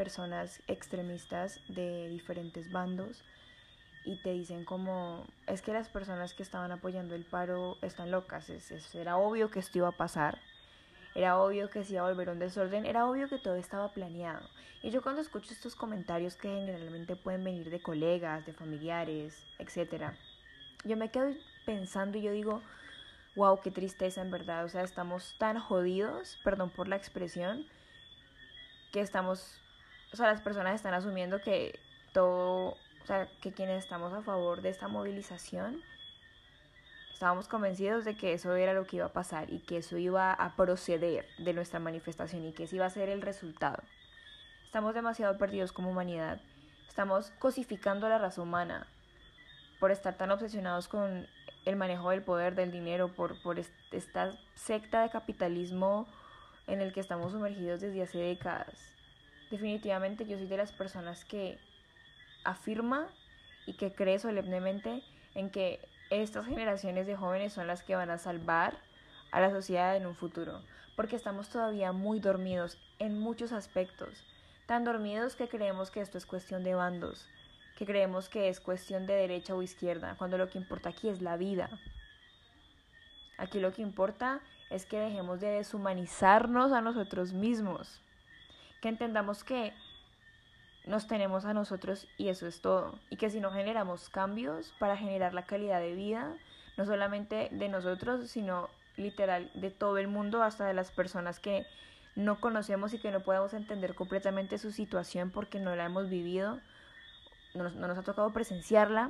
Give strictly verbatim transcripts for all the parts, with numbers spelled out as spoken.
personas extremistas de diferentes bandos y te dicen como, es que las personas que estaban apoyando el paro están locas, es, es, era obvio que esto iba a pasar, era obvio que se iba a volver un desorden, era obvio que todo estaba planeado. Y yo cuando escucho estos comentarios que generalmente pueden venir de colegas, de familiares, etcétera, yo me quedo pensando y yo digo, wow, qué tristeza en verdad, o sea, estamos tan jodidos, perdón por la expresión, que estamos, o sea, las personas están asumiendo que todo, o sea, que quienes estamos a favor de esta movilización, estábamos convencidos de que eso era lo que iba a pasar y que eso iba a proceder de nuestra manifestación y que ese iba a ser el resultado. Estamos demasiado perdidos como humanidad, estamos cosificando la raza humana por estar tan obsesionados con el manejo del poder, del dinero, por, por esta secta de capitalismo en el que estamos sumergidos desde hace décadas. Definitivamente yo soy de las personas que afirma y que cree solemnemente en que estas generaciones de jóvenes son las que van a salvar a la sociedad en un futuro, porque estamos todavía muy dormidos en muchos aspectos, tan dormidos que creemos que esto es cuestión de bandos, que creemos que es cuestión de derecha o izquierda, cuando lo que importa aquí es la vida. Aquí lo que importa es que dejemos de deshumanizarnos a nosotros mismos, que entendamos que nos tenemos a nosotros y eso es todo, y que si no generamos cambios para generar la calidad de vida, no solamente de nosotros, sino literal de todo el mundo, hasta de las personas que no conocemos y que no podemos entender completamente su situación porque no la hemos vivido, no nos, no nos ha tocado presenciarla.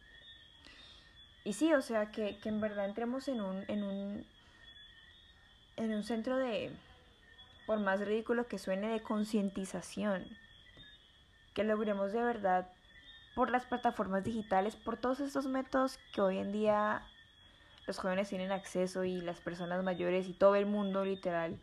Y sí, o sea, que, que en verdad entremos en un, en un, en un centro de, por más ridículo que suene, de concientización, que logremos de verdad por las plataformas digitales, por todos estos métodos que hoy en día los jóvenes tienen acceso y las personas mayores y todo el mundo literal,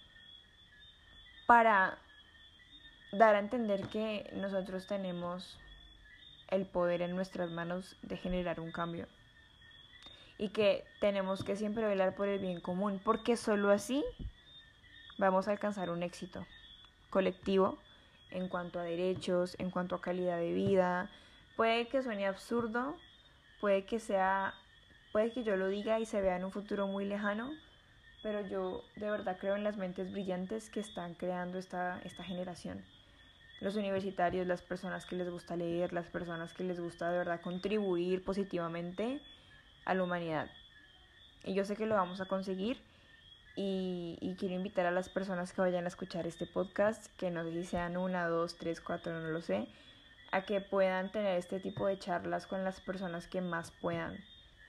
para dar a entender que nosotros tenemos el poder en nuestras manos de generar un cambio y que tenemos que siempre velar por el bien común, porque solo así vamos a alcanzar un éxito colectivo en cuanto a derechos, en cuanto a calidad de vida. Puede que suene absurdo, puede que sea, puede que yo lo diga y se vea en un futuro muy lejano, pero yo de verdad creo en las mentes brillantes que están creando esta, esta generación. Los universitarios, las personas que les gusta leer, las personas que les gusta de verdad contribuir positivamente a la humanidad. Y yo sé que lo vamos a conseguir. Y, y quiero invitar a las personas que vayan a escuchar este podcast, que no sé si sean una, dos, tres, cuatro, no lo sé, a que puedan tener este tipo de charlas con las personas que más puedan.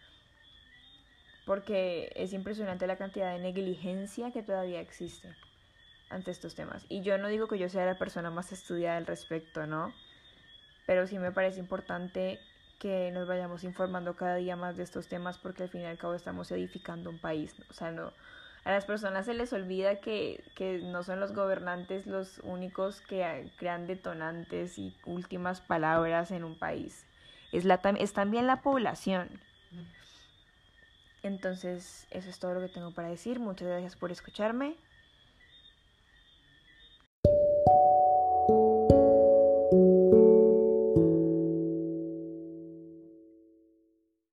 Porque es impresionante la cantidad de negligencia que todavía existe ante estos temas. Y yo no digo que yo sea la persona más estudiada al respecto, ¿no? Pero sí me parece importante que nos vayamos informando cada día más de estos temas porque al fin y al cabo estamos edificando un país, ¿no? O sea, no, a las personas se les olvida que, que no son los gobernantes los únicos que crean detonantes y últimas palabras en un país. Es, la, es también la población. Entonces, eso es todo lo que tengo para decir. Muchas gracias por escucharme.